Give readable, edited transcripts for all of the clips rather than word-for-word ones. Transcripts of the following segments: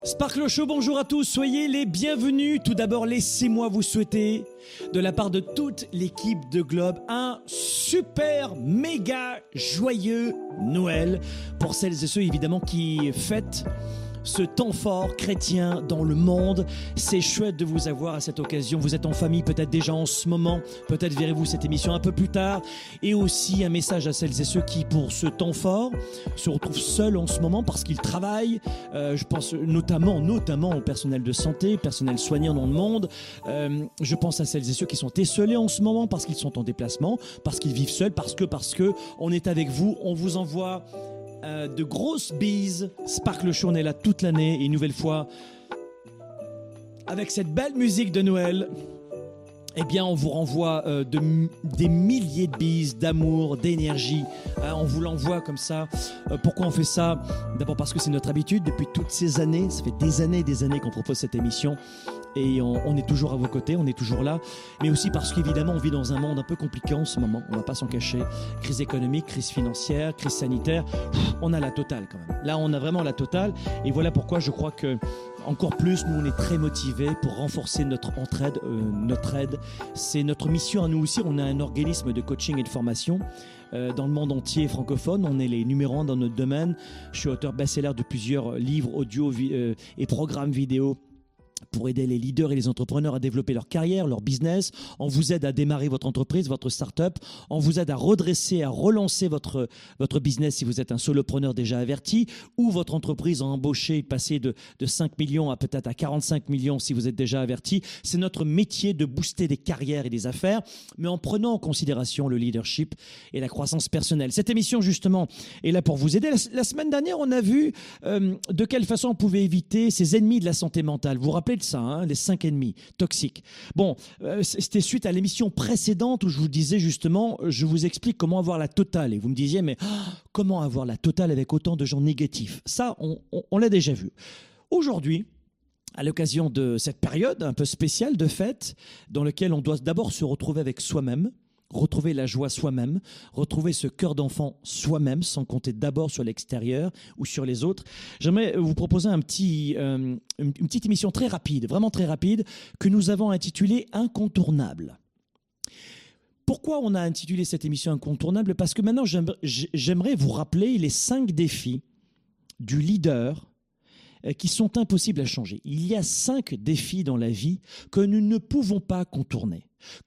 Sparkle Show, bonjour à tous, soyez les bienvenus. Tout d'abord, laissez-moi vous souhaiter, de la part de toute l'équipe de Globe, un super méga joyeux Noël pour celles et ceux évidemment qui fêtent ce temps fort chrétien dans le monde. C'est chouette de vous avoir à cette occasion. Vous êtes en famille peut-être déjà en ce moment, peut-être verrez-vous cette émission un peu plus tard. Et aussi un message à celles et ceux qui, pour ce temps fort, se retrouvent seuls en ce moment parce qu'ils travaillent. Je pense notamment au personnel de santé, personnel soignant dans le monde. Je pense à celles et ceux qui sont esseulés en ce moment parce qu'ils sont en déplacement, parce qu'ils vivent seuls, parce que on est avec vous. On vous envoie de grosses bises. Sparkle Show, on est là toute l'année et une nouvelle fois avec cette belle musique de Noël. Eh bien, on vous renvoie des milliers de bises, d'amour, d'énergie. On vous l'envoie comme ça. Pourquoi on fait ça? D'abord parce que c'est notre habitude depuis toutes ces années. Ça fait des années et des années qu'on propose cette émission. Et on est toujours à vos côtés, on est toujours là. Mais aussi parce qu'évidemment, on vit dans un monde un peu compliqué en ce moment. On ne va pas s'en cacher. Crise économique, crise financière, crise sanitaire. On a la totale quand même. Là, on a vraiment la totale. Et voilà pourquoi je crois que, encore plus, nous, on est très motivés pour renforcer notre entraide, notre aide. C'est notre mission à nous aussi. On a un organisme de coaching et de formation dans le monde entier francophone. On est les numéros 1 dans notre domaine. Je suis auteur best-seller de plusieurs livres audio et programmes vidéo pour aider les leaders et les entrepreneurs à développer leur carrière, leur business. On vous aide à démarrer votre entreprise, votre start-up. On vous aide à redresser, à relancer votre business si vous êtes un solopreneur déjà averti ou votre entreprise a embauché, passer de 5 millions à peut-être à 45 millions si vous êtes déjà averti. C'est notre métier de booster des carrières et des affaires, mais en prenant en considération le leadership et la croissance personnelle. Cette émission, justement, est là pour vous aider. La semaine dernière, on a vu de quelle façon on pouvait éviter ces ennemis de la santé mentale. Vous vous rappelez de ça, hein, les 5 ennemis toxiques. Bon, c'était suite à l'émission précédente où je vous disais justement, je vous explique comment avoir la totale. Et vous me disiez, mais comment avoir la totale avec autant de gens négatifs? Ça, on l'a déjà vu. Aujourd'hui, à l'occasion de cette période un peu spéciale de fête, dans laquelle on doit d'abord se retrouver avec soi-même, retrouver la joie soi-même, retrouver ce cœur d'enfant soi-même, sans compter d'abord sur l'extérieur ou sur les autres. J'aimerais vous proposer une petite émission très rapide, vraiment très rapide, que nous avons intitulée « Incontournable ». Pourquoi on a intitulé cette émission « Incontournable » ? Parce que maintenant, j'aimerais vous rappeler les 5 défis du leader qui sont impossibles à changer. Il y a 5 défis dans la vie que nous ne pouvons pas contourner,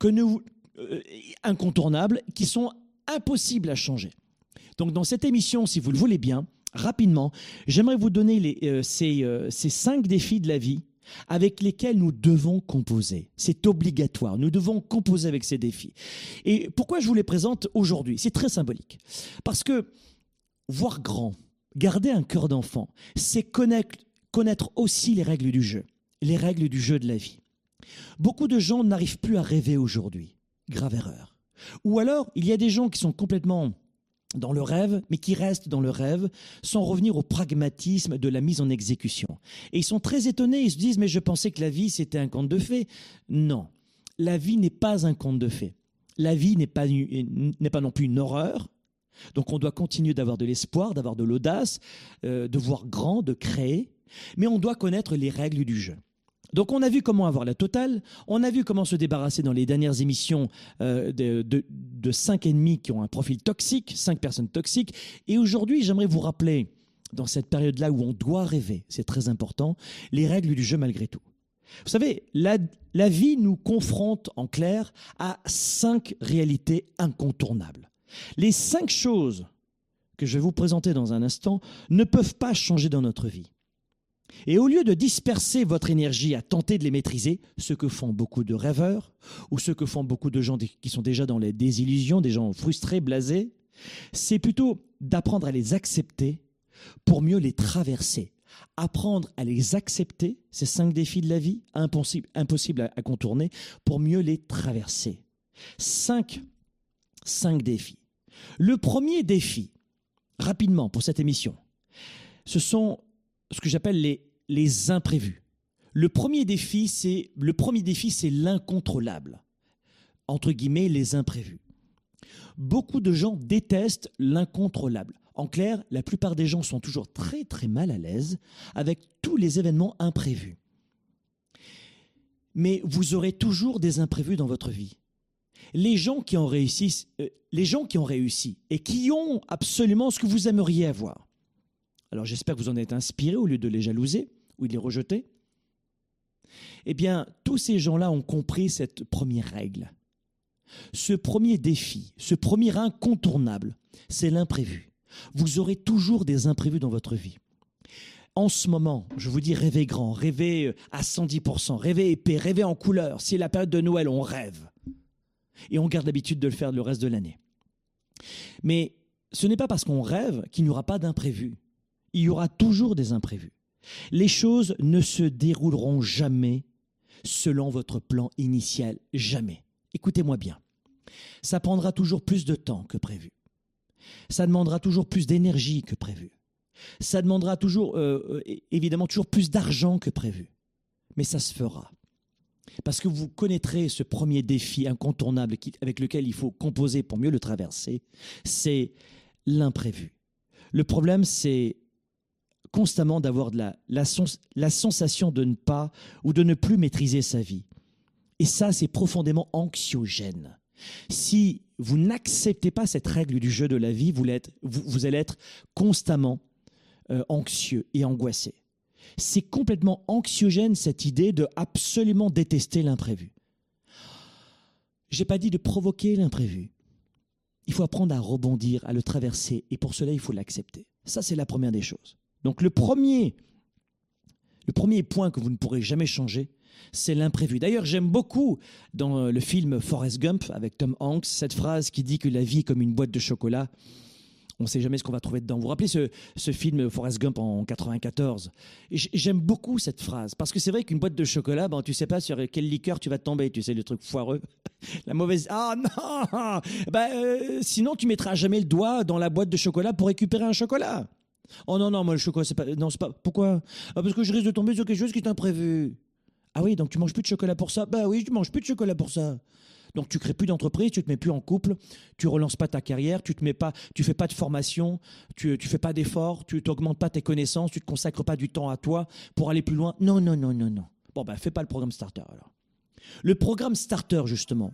incontournables, qui sont impossibles à changer. Donc dans cette émission, si vous le voulez bien, rapidement, j'aimerais vous donner ces 5 défis de la vie avec lesquels nous devons composer. C'est obligatoire, nous devons composer avec ces défis. Et pourquoi je vous les présente aujourd'hui? C'est très symbolique. Parce que voir grand, garder un cœur d'enfant, c'est connaître aussi les règles du jeu de la vie. Beaucoup de gens n'arrivent plus à rêver aujourd'hui. Grave erreur. Ou alors, il y a des gens qui sont complètement dans le rêve, mais qui restent dans le rêve sans revenir au pragmatisme de la mise en exécution. Et ils sont très étonnés, ils se disent « mais je pensais que la vie c'était un conte de fées ». Non, la vie n'est pas un conte de fées. La vie n'est pas non plus une horreur. Donc on doit continuer d'avoir de l'espoir, d'avoir de l'audace, de voir grand, de créer, mais on doit connaître les règles du jeu. Donc on a vu comment avoir la totale, on a vu comment se débarrasser dans les dernières émissions de 5 ennemis qui ont un profil toxique, 5 personnes toxiques. Et aujourd'hui, j'aimerais vous rappeler, dans cette période-là où on doit rêver, c'est très important, les règles du jeu malgré tout. Vous savez, la vie nous confronte en clair à 5 réalités incontournables. Les 5 choses que je vais vous présenter dans un instant ne peuvent pas changer dans notre vie. Et au lieu de disperser votre énergie à tenter de les maîtriser, ce que font beaucoup de rêveurs ou ce que font beaucoup de gens qui sont déjà dans les désillusions, des gens frustrés, blasés, c'est plutôt d'apprendre à les accepter pour mieux les traverser. Apprendre à les accepter, ces 5 défis de la vie, impossibles à contourner, pour mieux les traverser. 5 défis. Le premier défi, rapidement pour cette émission, ce sont ce que j'appelle les imprévus. Le premier défi, c'est l'incontrôlable. Entre guillemets, les imprévus. Beaucoup de gens détestent l'incontrôlable. En clair, la plupart des gens sont toujours très très mal à l'aise avec tous les événements imprévus. Mais vous aurez toujours des imprévus dans votre vie. Les gens qui ont réussi et qui ont absolument ce que vous aimeriez avoir. Alors j'espère que vous en êtes inspiré au lieu de les jalouser ou de les rejeter. Eh bien, tous ces gens-là ont compris cette première règle. Ce premier défi, ce premier incontournable, c'est l'imprévu. Vous aurez toujours des imprévus dans votre vie. En ce moment, je vous dis, rêvez grand, rêvez à 110%, rêvez épais, rêvez en couleur. C'est la période de Noël, on rêve. Et on garde l'habitude de le faire le reste de l'année. Mais ce n'est pas parce qu'on rêve qu'il n'y aura pas d'imprévus. Il y aura toujours des imprévus. Les choses ne se dérouleront jamais selon votre plan initial, jamais. Écoutez-moi bien. Ça prendra toujours plus de temps que prévu. Ça demandera toujours plus d'énergie que prévu. Ça demandera toujours, évidemment, toujours plus d'argent que prévu. Mais ça se fera. Parce que vous connaîtrez ce premier défi incontournable avec lequel il faut composer pour mieux le traverser, c'est l'imprévu. Le problème, c'est constamment d'avoir la sensation de ne pas ou de ne plus maîtriser sa vie. Et ça, c'est profondément anxiogène. Si vous n'acceptez pas cette règle du jeu de la vie, vous allez être constamment anxieux et angoissé. C'est complètement anxiogène cette idée de absolument détester l'imprévu. Je n'ai pas dit de provoquer l'imprévu. Il faut apprendre à rebondir, à le traverser, et pour cela, il faut l'accepter. Ça, c'est la première des choses. Donc le premier point que vous ne pourrez jamais changer, c'est l'imprévu. D'ailleurs, j'aime beaucoup dans le film Forrest Gump avec Tom Hanks, cette phrase qui dit que la vie est comme une boîte de chocolat. On ne sait jamais ce qu'on va trouver dedans. Vous vous rappelez ce film Forrest Gump en 1994 ? J'aime beaucoup cette phrase, parce que c'est vrai qu'une boîte de chocolat, tu ne sais pas sur quelle liqueur tu vas tomber, tu sais, le truc foireux. La mauvaise... Ah non sinon, tu ne mettras jamais le doigt dans la boîte de chocolat pour récupérer un chocolat. Oh non, moi le chocolat, c'est pas... Non, c'est pas... Pourquoi ? Parce que je risque de tomber sur quelque chose qui est imprévu. Ah oui, donc tu manges plus de chocolat pour ça ? Bah oui, tu manges plus de chocolat pour ça. Donc tu crées plus d'entreprise, tu te mets plus en couple, tu relances pas ta carrière, tu fais pas de formation, tu fais pas d'efforts, tu t'augmentes pas tes connaissances, tu te consacres pas du temps à toi pour aller plus loin. Non. Bon fais pas le programme Starter alors. Le programme Starter justement,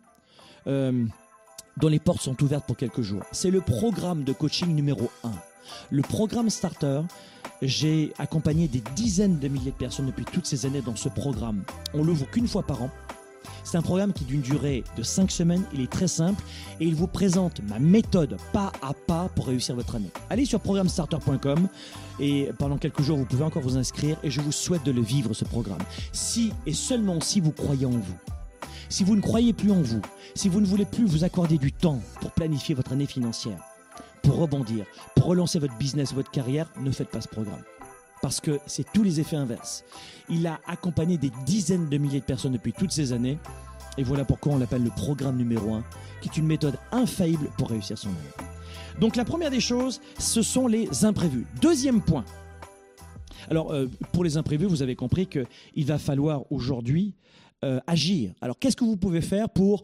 dont les portes sont ouvertes pour quelques jours, c'est le programme de coaching numéro 1. Le programme Starter, j'ai accompagné des dizaines de milliers de personnes depuis toutes ces années dans ce programme. On l'ouvre qu'une fois par an. C'est un programme qui d'une durée de 5 semaines, il est très simple et il vous présente ma méthode pas à pas pour réussir votre année. Allez sur programmestarter.com et pendant quelques jours vous pouvez encore vous inscrire et je vous souhaite de le vivre ce programme. Si et seulement si vous croyez en vous, si vous ne croyez plus en vous, si vous ne voulez plus vous accorder du temps pour planifier votre année financière, pour rebondir, pour relancer votre business, votre carrière, ne faites pas ce programme. Parce que c'est tous les effets inverses. Il a accompagné des dizaines de milliers de personnes depuis toutes ces années. Et voilà pourquoi on l'appelle le programme numéro 1, qui est une méthode infaillible pour réussir son année. Donc la première des choses, ce sont les imprévus. Deuxième point. Alors pour les imprévus, vous avez compris qu'il va falloir aujourd'hui agir. Alors qu'est-ce que vous pouvez faire pour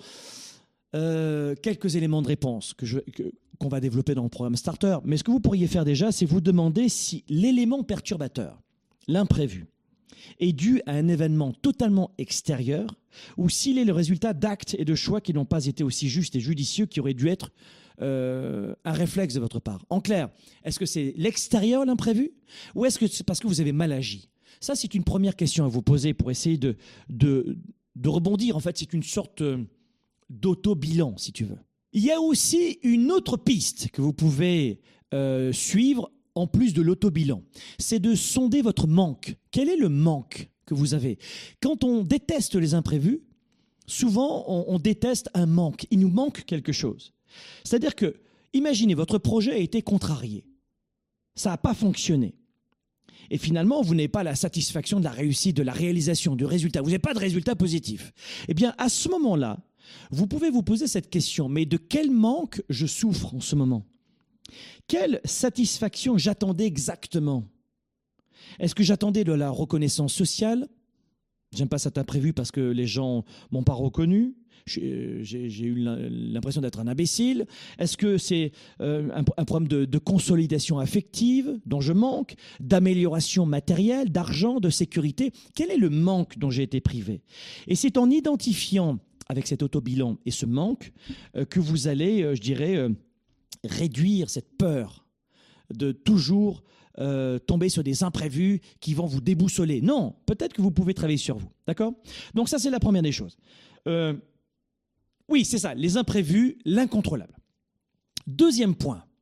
quelques éléments de réponse qu'on va développer dans le programme Starter. Mais ce que vous pourriez faire déjà, c'est vous demander si l'élément perturbateur, l'imprévu, est dû à un événement totalement extérieur ou s'il est le résultat d'actes et de choix qui n'ont pas été aussi justes et judicieux qui auraient dû être un réflexe de votre part. En clair, est-ce que c'est l'extérieur l'imprévu ou est-ce que c'est parce que vous avez mal agi ? Ça, c'est une première question à vous poser pour essayer de rebondir. En fait, c'est une sorte d'auto-bilan, si tu veux. Il y a aussi une autre piste que vous pouvez suivre en plus de l'auto-bilan. C'est de sonder votre manque. Quel est le manque que vous avez ? Quand on déteste les imprévus, souvent on déteste un manque. Il nous manque quelque chose. C'est-à-dire que, imaginez, votre projet a été contrarié. Ça n'a pas fonctionné. Et finalement, vous n'avez pas la satisfaction de la réussite, de la réalisation, du résultat. Vous n'avez pas de résultat positif. Eh bien, à ce moment-là, vous pouvez vous poser cette question, mais de quel manque je souffre en ce moment ? Quelle satisfaction j'attendais exactement ? Est-ce que j'attendais de la reconnaissance sociale ? J'aime pas cet imprévu parce que les gens m'ont pas reconnu. J'ai eu l'impression d'être un imbécile. Est-ce que c'est un problème de consolidation affective dont je manque, d'amélioration matérielle, d'argent, de sécurité? Quel est le manque dont j'ai été privé? Et c'est en identifiant avec cet autobilan et ce manque que vous allez, je dirais, réduire cette peur de toujours tomber sur des imprévus qui vont vous déboussoler. Non, peut-être que vous pouvez travailler sur vous. D'accord? Donc ça, c'est la première des choses. Oui, c'est ça, les imprévus, l'incontrôlable. Deuxième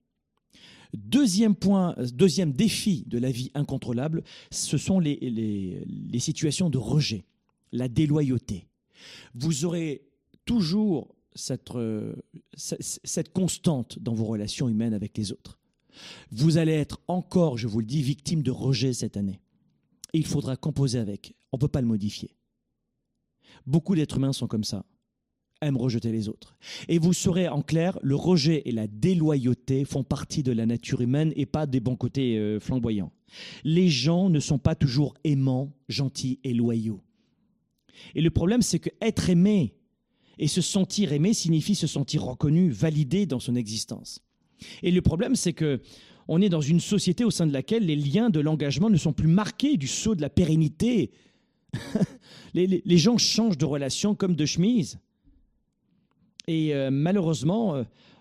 défi de la vie incontrôlable, ce sont les situations de rejet, la déloyauté. Vous aurez toujours cette constante dans vos relations humaines avec les autres. Vous allez être encore, je vous le dis, victime de rejet cette année. Et il faudra composer avec. On ne peut pas le modifier. Beaucoup d'êtres humains sont comme ça, aiment rejeter les autres. Et vous saurez en clair, le rejet et la déloyauté font partie de la nature humaine et pas des bons côtés flamboyants. Les gens ne sont pas toujours aimants, gentils et loyaux. Et le problème, c'est qu'être aimé et se sentir aimé signifie se sentir reconnu, validé dans son existence. Et le problème, c'est qu'on est dans une société au sein de laquelle les liens de l'engagement ne sont plus marqués du sceau de la pérennité. Les gens changent de relation comme de chemise. Et malheureusement,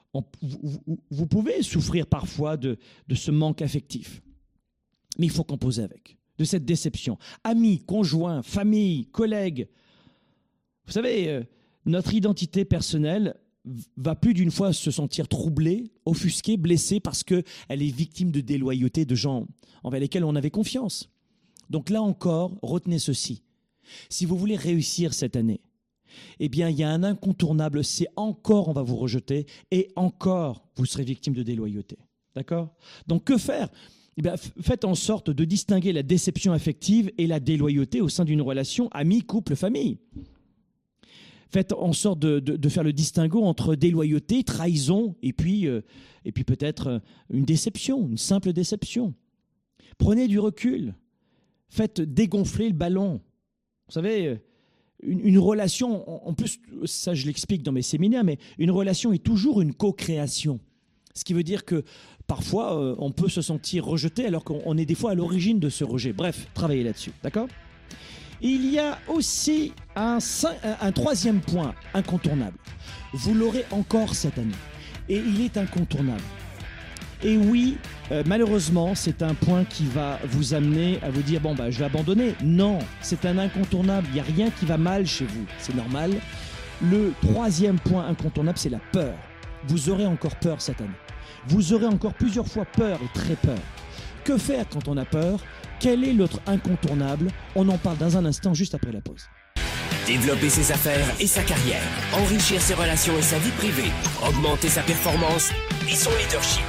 vous pouvez souffrir parfois de ce manque affectif. Mais il faut composer avec, de cette déception. Amis, conjoints, famille, collègues. Vous savez, notre identité personnelle va plus d'une fois se sentir troublée, offusquée, blessée parce qu'elle est victime de déloyauté de gens envers lesquels on avait confiance. Donc là encore, retenez ceci. Si vous voulez réussir cette année, eh bien, il y a un incontournable, c'est encore on va vous rejeter et encore vous serez victime de déloyauté. D'accord? Donc que faire? Eh bien, faites en sorte de distinguer la déception affective et la déloyauté au sein d'une relation amie, couple, famille. Faites en sorte de faire le distinguo entre déloyauté, trahison et puis peut-être une déception, une simple déception. Prenez du recul. Faites dégonfler le ballon. Vous savez, une relation, en plus, ça je l'explique dans mes séminaires, mais une relation est toujours une co-création. Ce qui veut dire que parfois, on peut se sentir rejeté alors qu'on est des fois à l'origine de ce rejet. Bref, travaillez là-dessus, d'accord ? Il y a aussi un troisième point incontournable. Vous l'aurez encore cette année. Et il est incontournable. Et oui, malheureusement, c'est un point qui va vous amener à vous dire « bon, je vais abandonner ». Non, c'est un incontournable. Il n'y a rien qui va mal chez vous. C'est normal. Le troisième point incontournable, c'est la peur. Vous aurez encore peur cette année. Vous aurez encore plusieurs fois peur et très peur. Que faire quand on a peur ? Quel est l'autre incontournable ? On en parle dans un instant, juste après la pause. Développer ses affaires et sa carrière, enrichir ses relations et sa vie privée, augmenter sa performance et son leadership.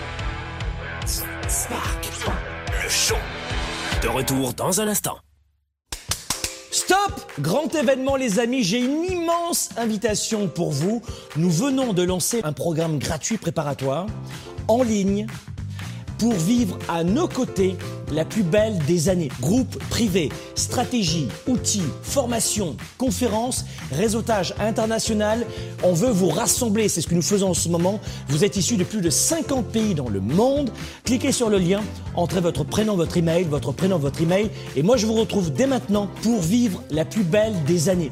Spark, le show. De retour dans un instant. Stop! Grand événement les amis, j'ai une immense invitation pour vous. Nous venons de lancer un programme gratuit préparatoire en ligne pour vivre à nos côtés la plus belle des années. Groupe privé, stratégie, outils, formation, conférences, réseautage international. On veut vous rassembler, c'est ce que nous faisons en ce moment. Vous êtes issus de plus de 50 pays dans le monde. Cliquez sur le lien, entrez votre prénom, votre email, et moi je vous retrouve dès maintenant pour vivre la plus belle des années.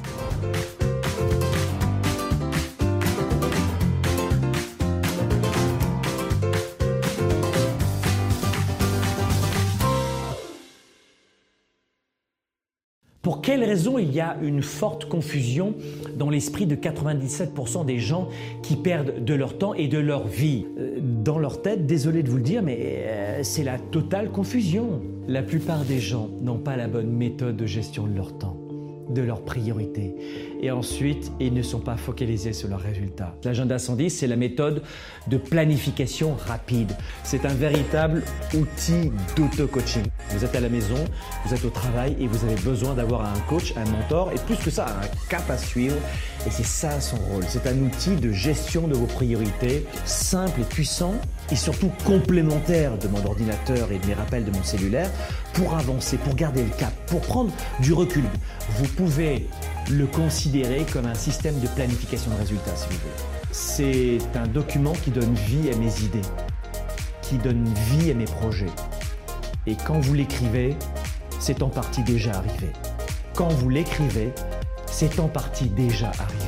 Pour quelles raisons il y a une forte confusion dans l'esprit de 97% des gens qui perdent de leur temps et de leur vie? Dans leur tête, désolé de vous le dire, mais c'est la totale confusion. La plupart des gens n'ont pas la bonne méthode de gestion de leur temps, de leurs priorités. Et ensuite, ils ne sont pas focalisés sur leurs résultats. L'agenda 110, c'est la méthode de planification rapide. C'est un véritable outil d'auto-coaching. Vous êtes à la maison, vous êtes au travail et vous avez besoin d'avoir un coach, un mentor et plus que ça, un cap à suivre. Et c'est ça son rôle. C'est un outil de gestion de vos priorités, simple et puissant et surtout complémentaire de mon ordinateur et de mes rappels de mon cellulaire pour avancer, pour garder le cap, pour prendre du recul. Vous pouvez le considérer comme un système de planification de résultats, si vous voulez. C'est un document qui donne vie à mes idées, qui donne vie à mes projets. Et quand vous l'écrivez, c'est en partie déjà arrivé. Quand vous l'écrivez, c'est en partie déjà arrivé.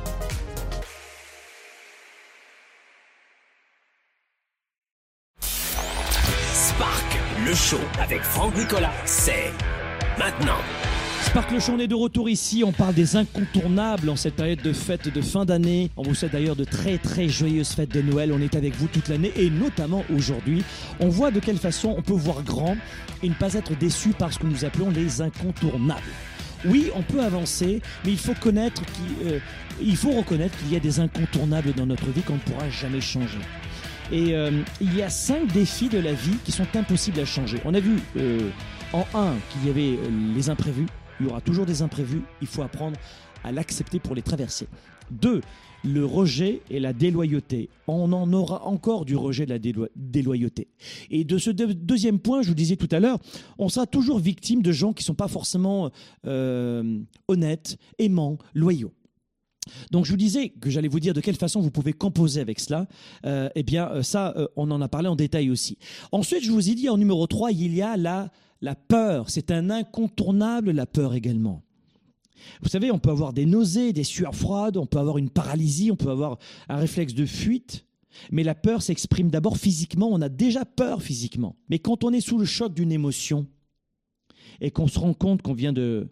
Spark, le show avec Franck Nicolas, c'est maintenant. Spark le Show, on est de retour ici, on parle des incontournables en cette période de fête de fin d'année. On vous souhaite d'ailleurs de très très joyeuses fêtes de Noël, on est avec vous toute l'année et notamment aujourd'hui. On voit de quelle façon on peut voir grand et ne pas être déçu par ce que nous appelons les incontournables. Oui, on peut avancer, mais il faut reconnaître qu'il y a des incontournables dans notre vie qu'on ne pourra jamais changer. Et il y a 5 défis de la vie qui sont impossibles à changer. On a vu en 1 qu'il y avait les imprévus. Il y aura toujours des imprévus. Il faut apprendre à l'accepter pour les traverser. 2, le rejet et la déloyauté. On en aura encore du rejet et de la déloyauté. Et de ce deuxième point, je vous disais tout à l'heure, on sera toujours victime de gens qui ne sont pas forcément honnêtes, aimants, loyaux. Donc je vous disais que j'allais vous dire de quelle façon vous pouvez composer avec cela. On en a parlé en détail aussi. Ensuite, je vous ai dit en numéro 3, il y a la peur. C'est un incontournable, la peur également. Vous savez, on peut avoir des nausées, des sueurs froides, on peut avoir une paralysie, on peut avoir un réflexe de fuite. Mais la peur s'exprime d'abord physiquement. On a déjà peur physiquement. Mais quand on est sous le choc d'une émotion et qu'on se rend compte qu'on vient de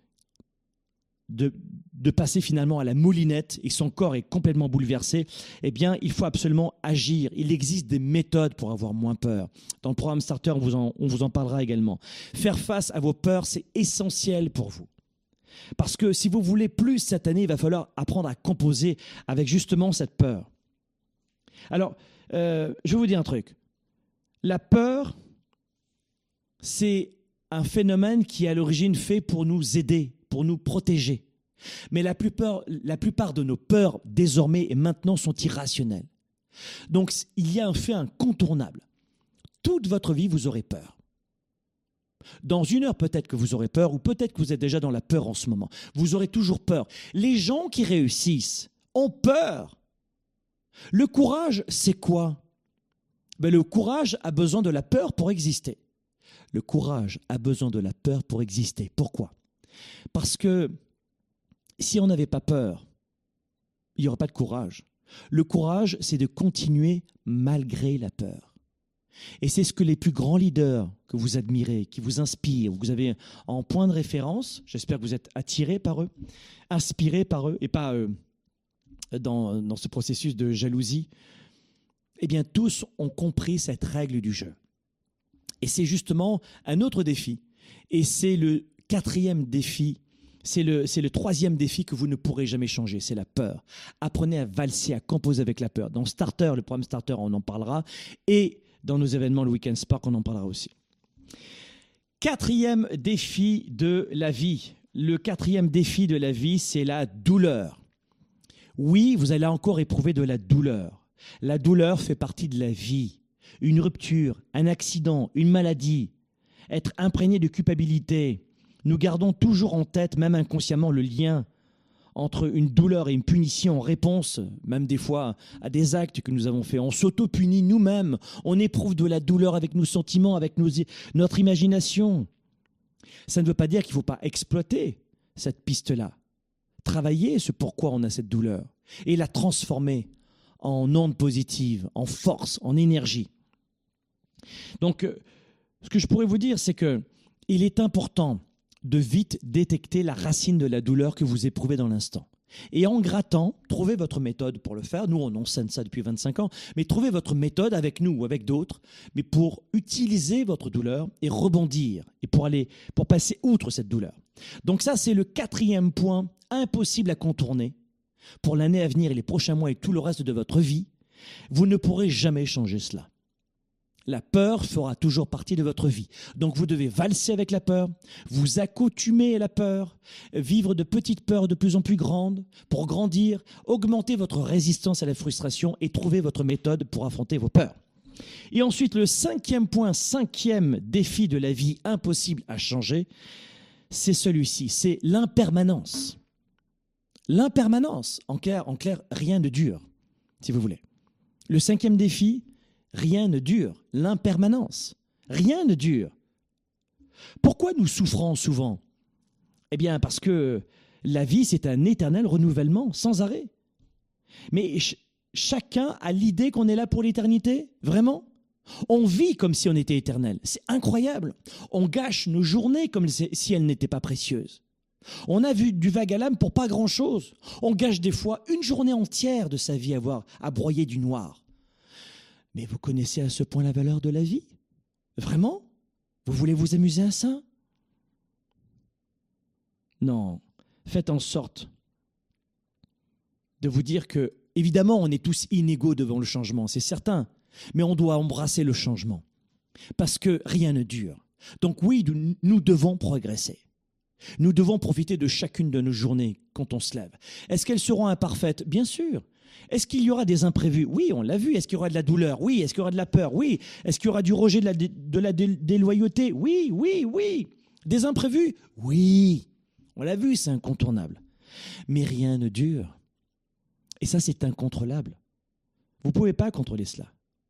passer finalement à la moulinette et son corps est complètement bouleversé, eh bien, il faut absolument agir. Il existe des méthodes pour avoir moins peur. Dans le programme Starter, on vous en parlera également. Faire face à vos peurs, c'est essentiel pour vous. Parce que si vous voulez plus cette année, il va falloir apprendre à composer avec justement cette peur. Alors, je vais vous dire un truc. La peur, c'est un phénomène qui est à l'origine fait pour nous aider, pour nous protéger. Mais la plupart de nos peurs, désormais et maintenant, sont irrationnelles. Donc, il y a un fait incontournable. Toute votre vie, vous aurez peur. Dans 1 heure, peut-être que vous aurez peur, ou peut-être que vous êtes déjà dans la peur en ce moment. Vous aurez toujours peur. Les gens qui réussissent ont peur. Le courage, c'est quoi? Le courage a besoin de la peur pour exister. Le courage a besoin de la peur pour exister. Pourquoi? Parce que si on n'avait pas peur, il n'y aurait pas de courage. Le courage, c'est de continuer malgré la peur. Et c'est ce que les plus grands leaders que vous admirez, qui vous inspirent, que vous avez en point de référence, j'espère que vous êtes attirés par eux, inspirés par eux, et pas dans ce processus de jalousie, eh bien tous ont compris cette règle du jeu. Et c'est justement un autre défi. Et c'est le 4e défi. C'est le 3e défi que vous ne pourrez jamais changer, c'est la peur. Apprenez à valser, à composer avec la peur. Dans Starter, le programme Starter, on en parlera. Et dans nos événements, le Weekend Spark, on en parlera aussi. 4e défi de la vie. Le 4e défi de la vie, c'est la douleur. Oui, vous allez encore éprouver de la douleur. La douleur fait partie de la vie. Une rupture, un accident, une maladie, être imprégné de culpabilité. Nous gardons toujours en tête, même inconsciemment, le lien entre une douleur et une punition en réponse, même des fois à des actes que nous avons faits. On s'auto-punit nous-mêmes, on éprouve de la douleur avec nos sentiments, avec notre imagination. Ça ne veut pas dire qu'il ne faut pas exploiter cette piste-là. Travailler ce pourquoi on a cette douleur et la transformer en onde positive, en force, en énergie. Donc, ce que je pourrais vous dire, c'est qu'il est important de vite détecter la racine de la douleur que vous éprouvez dans l'instant. Et en grattant, trouvez votre méthode pour le faire. Nous, on enseigne ça depuis 25 ans, mais trouvez votre méthode avec nous ou avec d'autres, mais pour utiliser votre douleur et rebondir, et pour passer outre cette douleur. Donc ça, c'est le 4e point impossible à contourner pour l'année à venir et les prochains mois et tout le reste de votre vie. Vous ne pourrez jamais changer cela. La peur fera toujours partie de votre vie. Donc vous devez valser avec la peur, vous accoutumer à la peur, vivre de petites peurs de plus en plus grandes pour grandir, augmenter votre résistance à la frustration et trouver votre méthode pour affronter vos peurs. Et ensuite, le 5e point, 5e défi de la vie impossible à changer, c'est celui-ci, c'est l'impermanence. L'impermanence, en clair, rien ne dure, si vous voulez. Le 5e défi, rien ne dure, l'impermanence. Rien ne dure. Pourquoi nous souffrons souvent? Eh bien, parce que la vie, c'est un éternel renouvellement, sans arrêt. Mais chacun a l'idée qu'on est là pour l'éternité? Vraiment? On vit comme si on était éternel. C'est incroyable. On gâche nos journées comme si elles n'étaient pas précieuses. On a vu du vague à l'âme pour pas grand-chose. On gâche des fois une journée entière de sa vie à broyer du noir. Mais vous connaissez à ce point la valeur de la vie? Vraiment? Vous voulez vous amuser à ça? Non. Faites en sorte de vous dire que, évidemment, on est tous inégaux devant le changement, c'est certain. Mais on doit embrasser le changement. Parce que rien ne dure. Donc oui, nous devons progresser. Nous devons profiter de chacune de nos journées quand on se lève. Est-ce qu'elles seront imparfaites? Bien sûr. Est-ce qu'il y aura des imprévus? Oui, on l'a vu. Est-ce qu'il y aura de la douleur? Oui. Est-ce qu'il y aura de la peur? Oui. Est-ce qu'il y aura du rejet, de la déloyauté? Oui. Des imprévus? Oui. On l'a vu, c'est incontournable. Mais rien ne dure. Et ça, c'est incontrôlable. Vous ne pouvez pas contrôler cela.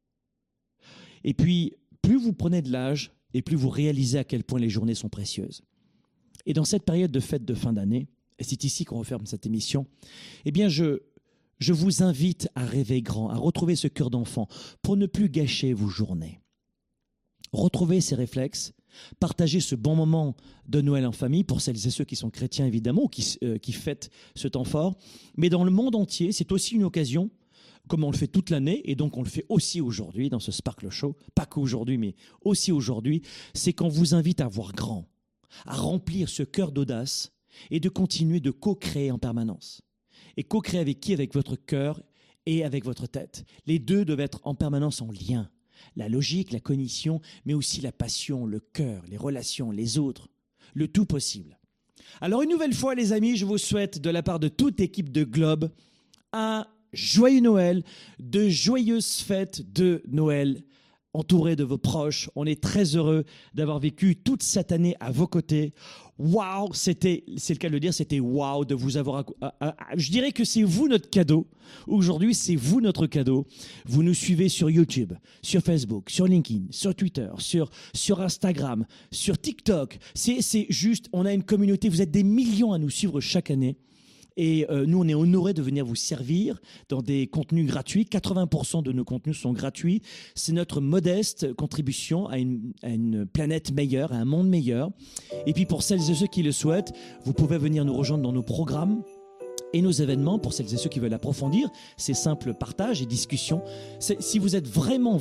Et puis, plus vous prenez de l'âge, et plus vous réalisez à quel point les journées sont précieuses. Et dans cette période de fête de fin d'année, et c'est ici qu'on referme cette émission, eh bien, je vous invite à rêver grand, à retrouver ce cœur d'enfant pour ne plus gâcher vos journées. Retrouvez ces réflexes, partagez ce bon moment de Noël en famille pour celles et ceux qui sont chrétiens évidemment ou qui fêtent ce temps fort. Mais dans le monde entier, c'est aussi une occasion, comme on le fait toute l'année, et donc on le fait aussi aujourd'hui dans ce Sparkle Show, pas qu'aujourd'hui, mais aussi aujourd'hui, c'est qu'on vous invite à voir grand, à remplir ce cœur d'audace et de continuer de co-créer en permanence. Et co-créer avec qui? Avec votre cœur et avec votre tête. Les deux doivent être en permanence en lien. La logique, la cognition, mais aussi la passion, le cœur, les relations, les autres, le tout possible. Alors une nouvelle fois les amis, je vous souhaite de la part de toute équipe de Globe un joyeux Noël, de joyeuses fêtes de Noël, entourés de vos proches. On est très heureux d'avoir vécu toute cette année à vos côtés. Waouh, c'est le cas de le dire, c'était waouh de vous avoir... je dirais que c'est vous notre cadeau. Aujourd'hui, c'est vous notre cadeau. Vous nous suivez sur YouTube, sur Facebook, sur LinkedIn, sur Twitter, sur Instagram, sur TikTok. C'est juste, on a une communauté, vous êtes des millions à nous suivre chaque année. Et nous, on est honorés de venir vous servir dans des contenus gratuits. 80% de nos contenus sont gratuits. C'est notre modeste contribution à une planète meilleure, à un monde meilleur. Et puis pour celles et ceux qui le souhaitent, vous pouvez venir nous rejoindre dans nos programmes et nos événements. Pour celles et ceux qui veulent approfondir ces simples partages et discussions. Si vous êtes vraiment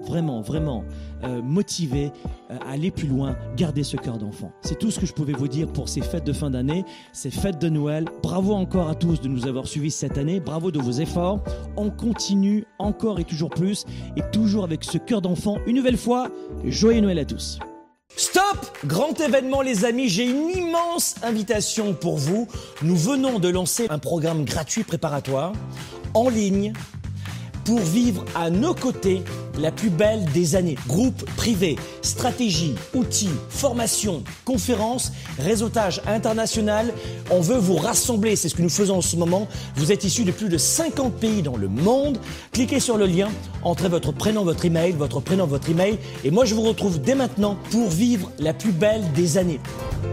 motivé à aller plus loin, gardez ce cœur d'enfant. C'est tout ce que je pouvais vous dire pour ces fêtes de fin d'année, ces fêtes de Noël. Bravo encore à tous de nous avoir suivis cette année. Bravo de vos efforts. On continue encore et toujours plus et toujours avec ce cœur d'enfant. Une nouvelle fois, joyeux Noël à tous. Stop! Grand événement les amis, j'ai une immense invitation pour vous. Nous venons de lancer un programme gratuit préparatoire en ligne pour vivre à nos côtés la plus belle des années. Groupe privé, stratégie, outils, formation, conférences, réseautage international. On veut vous rassembler, c'est ce que nous faisons en ce moment. Vous êtes issus de plus de 50 pays dans le monde. Cliquez sur le lien, entrez votre prénom, votre email, et moi je vous retrouve dès maintenant pour vivre la plus belle des années.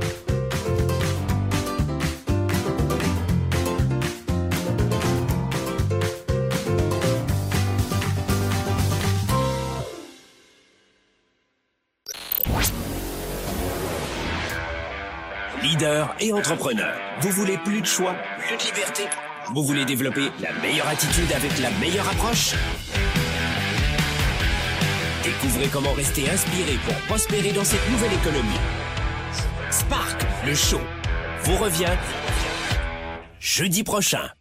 Leader et entrepreneur. Vous voulez plus de choix, plus de liberté? Vous voulez développer la meilleure attitude avec la meilleure approche? Découvrez comment rester inspiré pour prospérer dans cette nouvelle économie. Spark, le show, vous revient jeudi prochain.